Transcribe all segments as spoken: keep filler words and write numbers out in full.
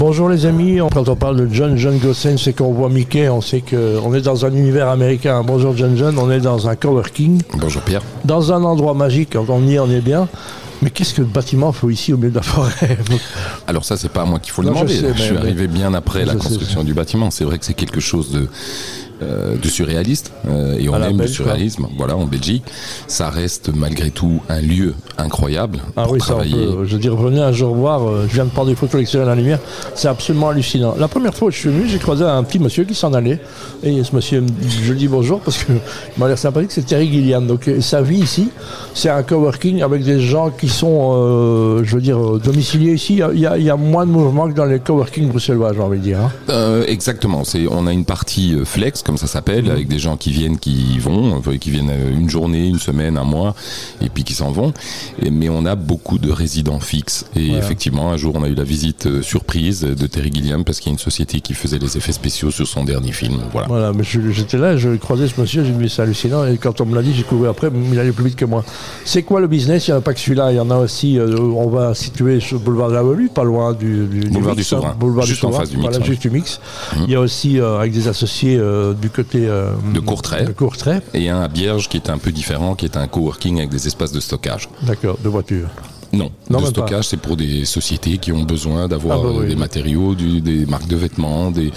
Bonjour les amis, quand on parle de John John Gossen, c'est qu'on voit Mickey, on sait qu'on est dans un univers américain. Bonjour John John, on est dans un coworking. Bonjour Pierre. Dans un endroit magique, quand on y est, on est bien. Mais qu'est-ce que le bâtiment faut ici au milieu de la forêt? Alors ça, c'est pas à moi qu'il faut le Non, demander. je, sais, je suis mais, arrivé bien après la je construction sais. du bâtiment. C'est vrai que c'est quelque chose de, euh, de surréaliste. Euh, et on À aime Belge, le surréalisme. quoi. Voilà, en Belgique. Ça reste malgré tout un lieu incroyable Ah pour oui, ça on travailler. peut. Je veux dire, venez un jour voir, euh, je viens de prendre des photos extérieures à la lumière, c'est absolument hallucinant. La première fois que je suis venu, j'ai croisé un petit monsieur qui s'en allait. Et ce monsieur, je lui dis bonjour parce qu'il m'a l'air sympathique, c'est Terry Gilliam. Donc euh, sa vie ici, c'est un coworking avec des gens qui sont, euh, je veux dire, euh, domiciliés ici. Il y, a, il y a moins de mouvement que dans les coworking bruxellois, j'ai envie de dire. Hein. Euh, exactement. C'est, on a une partie euh, flex, comme ça s'appelle, mmh. avec des gens qui viennent, qui vont, euh, qui viennent euh, une journée, une semaine, un mois, et puis qui s'en vont. Et, mais on a beaucoup de résidents fixes. Et voilà. Effectivement, un jour, on a eu la visite euh, surprise de Terry Gilliam parce qu'il y a une société qui faisait les effets spéciaux sur son dernier film. Voilà. Voilà, mais je, j'étais là, je croisais ce monsieur, j'ai dit mais c'est hallucinant. Et quand on me l'a dit, j'ai couru après, il allait plus vite que moi. C'est quoi le business? Il n'y en a pas que celui-là, il y en a aussi. Euh, on va situer sur le boulevard de la Volue, pas loin du, du, du boulevard mix, du Souverain, hein, boulevard juste du en Souverain, face du mix. Voilà, ouais. juste du mix. Mmh. Il y a aussi euh, avec des associés euh, du côté euh, de Courtrai. De Courtrai. Et un à Bierge qui est un peu différent, qui est un coworking avec des espaces de stockage. D'accord, de voitures. Non, non de stockage, c'est pour des sociétés qui ont besoin d'avoir ah bah oui. des matériaux, du, des marques de vêtements, des,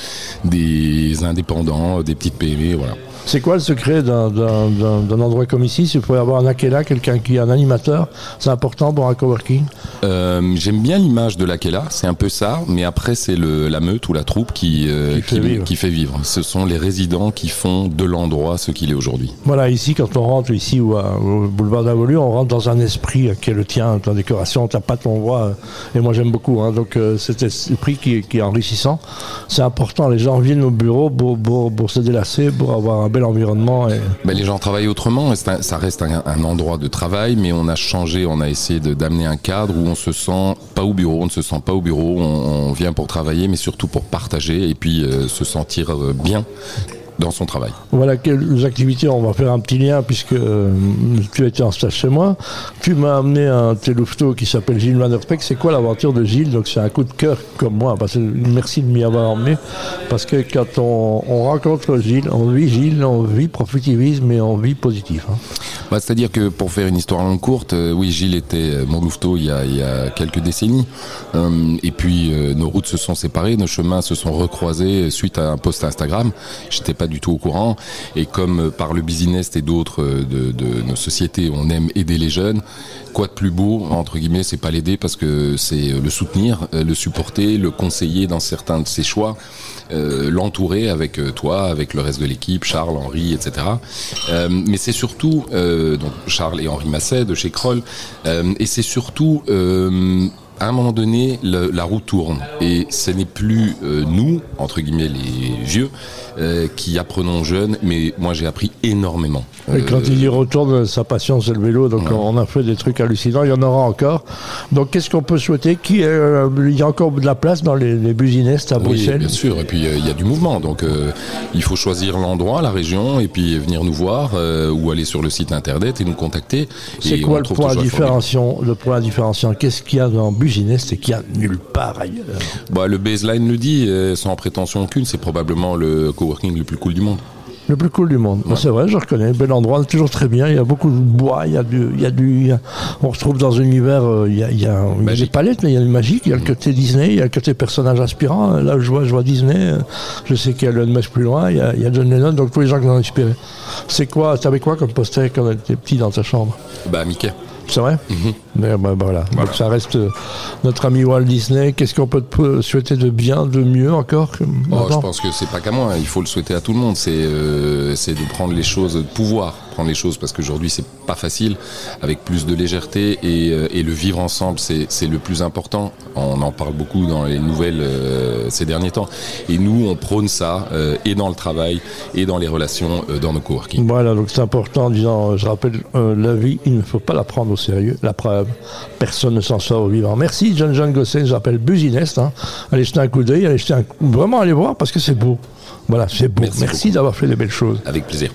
des indépendants, des petites P M E, voilà. C'est quoi le secret d'un, d'un, d'un, d'un endroit comme ici? Si vous pouvez avoir un Akela, quelqu'un qui est un animateur, c'est important pour un coworking? euh, J'aime bien l'image de l'Akela, c'est un peu ça, mais après c'est le, la meute ou la troupe qui, euh, qui, fait qui, vivre. qui fait vivre. Ce sont les résidents qui font de l'endroit ce qu'il est aujourd'hui. Voilà, ici, quand on rentre ici ou à, au boulevard de la Volue, on rentre dans un esprit qui est le tien, ta décoration, ta patte, on voit, et moi j'aime beaucoup. Hein, donc euh, cet esprit qui, qui est enrichissant, c'est important. Les gens viennent au bureau pour, pour, pour se délasser, pour avoir un bel environnement. Et... Ben, les gens travaillent autrement, un, ça reste un, un endroit de travail, mais on a changé, on a essayé de, d'amener un cadre où on se sent pas au bureau, on ne se sent pas au bureau, on, on vient pour travailler, mais surtout pour partager et puis euh, se sentir euh, bien dans son travail. Voilà, quelles activités, on va faire un petit lien puisque euh, tu as été en stage chez moi. Tu m'as amené un télouveteau qui s'appelle Gilles Van Der Peck. C'est quoi l'aventure de Gilles? Donc c'est un coup de cœur comme moi. Parce que, merci de m'y avoir emmené. Parce que quand on, on rencontre Gilles, on vit Gilles, on vit profitivisme et on vit positif. Hein. Bah, c'est-à-dire que pour faire une histoire longue courte, euh, oui, Gilles était mon louveteau il y a, il y a quelques décennies. Euh, et puis euh, nos routes se sont séparées, nos chemins se sont recroisés suite à un post Instagram. J'étais pas du tout au courant, et comme par le business et d'autres de, de nos sociétés, on aime aider les jeunes. Quoi de plus beau, entre guillemets, c'est pas l'aider parce que c'est le soutenir, le supporter, le conseiller dans certains de ses choix, euh, l'entourer avec toi, avec le reste de l'équipe, Charles, Henri, et cetera. Euh, mais c'est surtout, euh, donc Charles et Henri Masset de chez Kroll, euh, et c'est surtout euh, à un moment donné, le, la roue tourne et ce n'est plus euh, nous, entre guillemets les vieux, euh, qui apprenons jeunes, mais moi j'ai appris énormément. Et quand euh, il y retourne, sa passion c'est le vélo, donc ouais. on a fait des trucs hallucinants, il y en aura encore. Donc qu'est-ce qu'on peut souhaiter? Qui, euh, il y a encore de la place dans les, les businesses à Bruxelles? Oui, bien sûr, et puis euh, il y a du mouvement, donc euh, il faut choisir l'endroit, la région, et puis venir nous voir, euh, ou aller sur le site internet et nous contacter. C'est et quoi le point différenciant, le point différenciant? Qu'est-ce qu'il y a dans Business et qu'il y a nulle part ailleurs? Bah, le baseline le dit, euh, sans prétention aucune, c'est probablement le coworking le plus cool du monde. Le plus cool du monde. Ouais. Bon, c'est vrai, je reconnais. Bel endroit, toujours très bien. Il y a beaucoup de bois, il y a du, il y a du, il y a... on se trouve dans un univers, euh, il y a, il y a, il y a des palettes, mais il y a du magique. Il y a le côté Disney, il y a le côté personnage inspirant. Là, je vois, je vois Disney. Je sais qu'il y a Elon Musk plus loin. Il y a, il y a John Lennon. Donc tous les gens qui l'ont inspiré. C'est quoi? T'avais quoi comme poster quand t'étais petit dans ta chambre? Bah, Mickey. C'est vrai? Mm-hmm. Mais, bah, voilà. voilà. Donc ça reste euh, notre ami Walt Disney. Qu'est-ce qu'on peut te souhaiter de bien, de mieux encore? Oh, je pense que c'est pas qu'à moi. Il faut le souhaiter à tout le monde. C'est, euh, c'est de prendre les choses, de pouvoir prendre les choses, parce qu'aujourd'hui c'est pas facile, avec plus de légèreté et, euh, et le vivre ensemble, c'est, c'est le plus important. On en parle beaucoup dans les nouvelles euh, ces derniers temps. Et nous, on prône ça euh, et dans le travail et dans les relations euh, dans nos coworking. Voilà, donc c'est important en disant, je rappelle, euh, la vie, il ne faut pas la prendre au sérieux. La preuve, personne ne s'en sort au vivant. Merci John John Gossen, j'appelle Business. Hein. Allez jeter un coup d'œil, allez jeter un coup... vraiment allez voir parce que c'est beau. Voilà, c'est beau. Merci, Merci d'avoir fait des belles choses. Avec plaisir.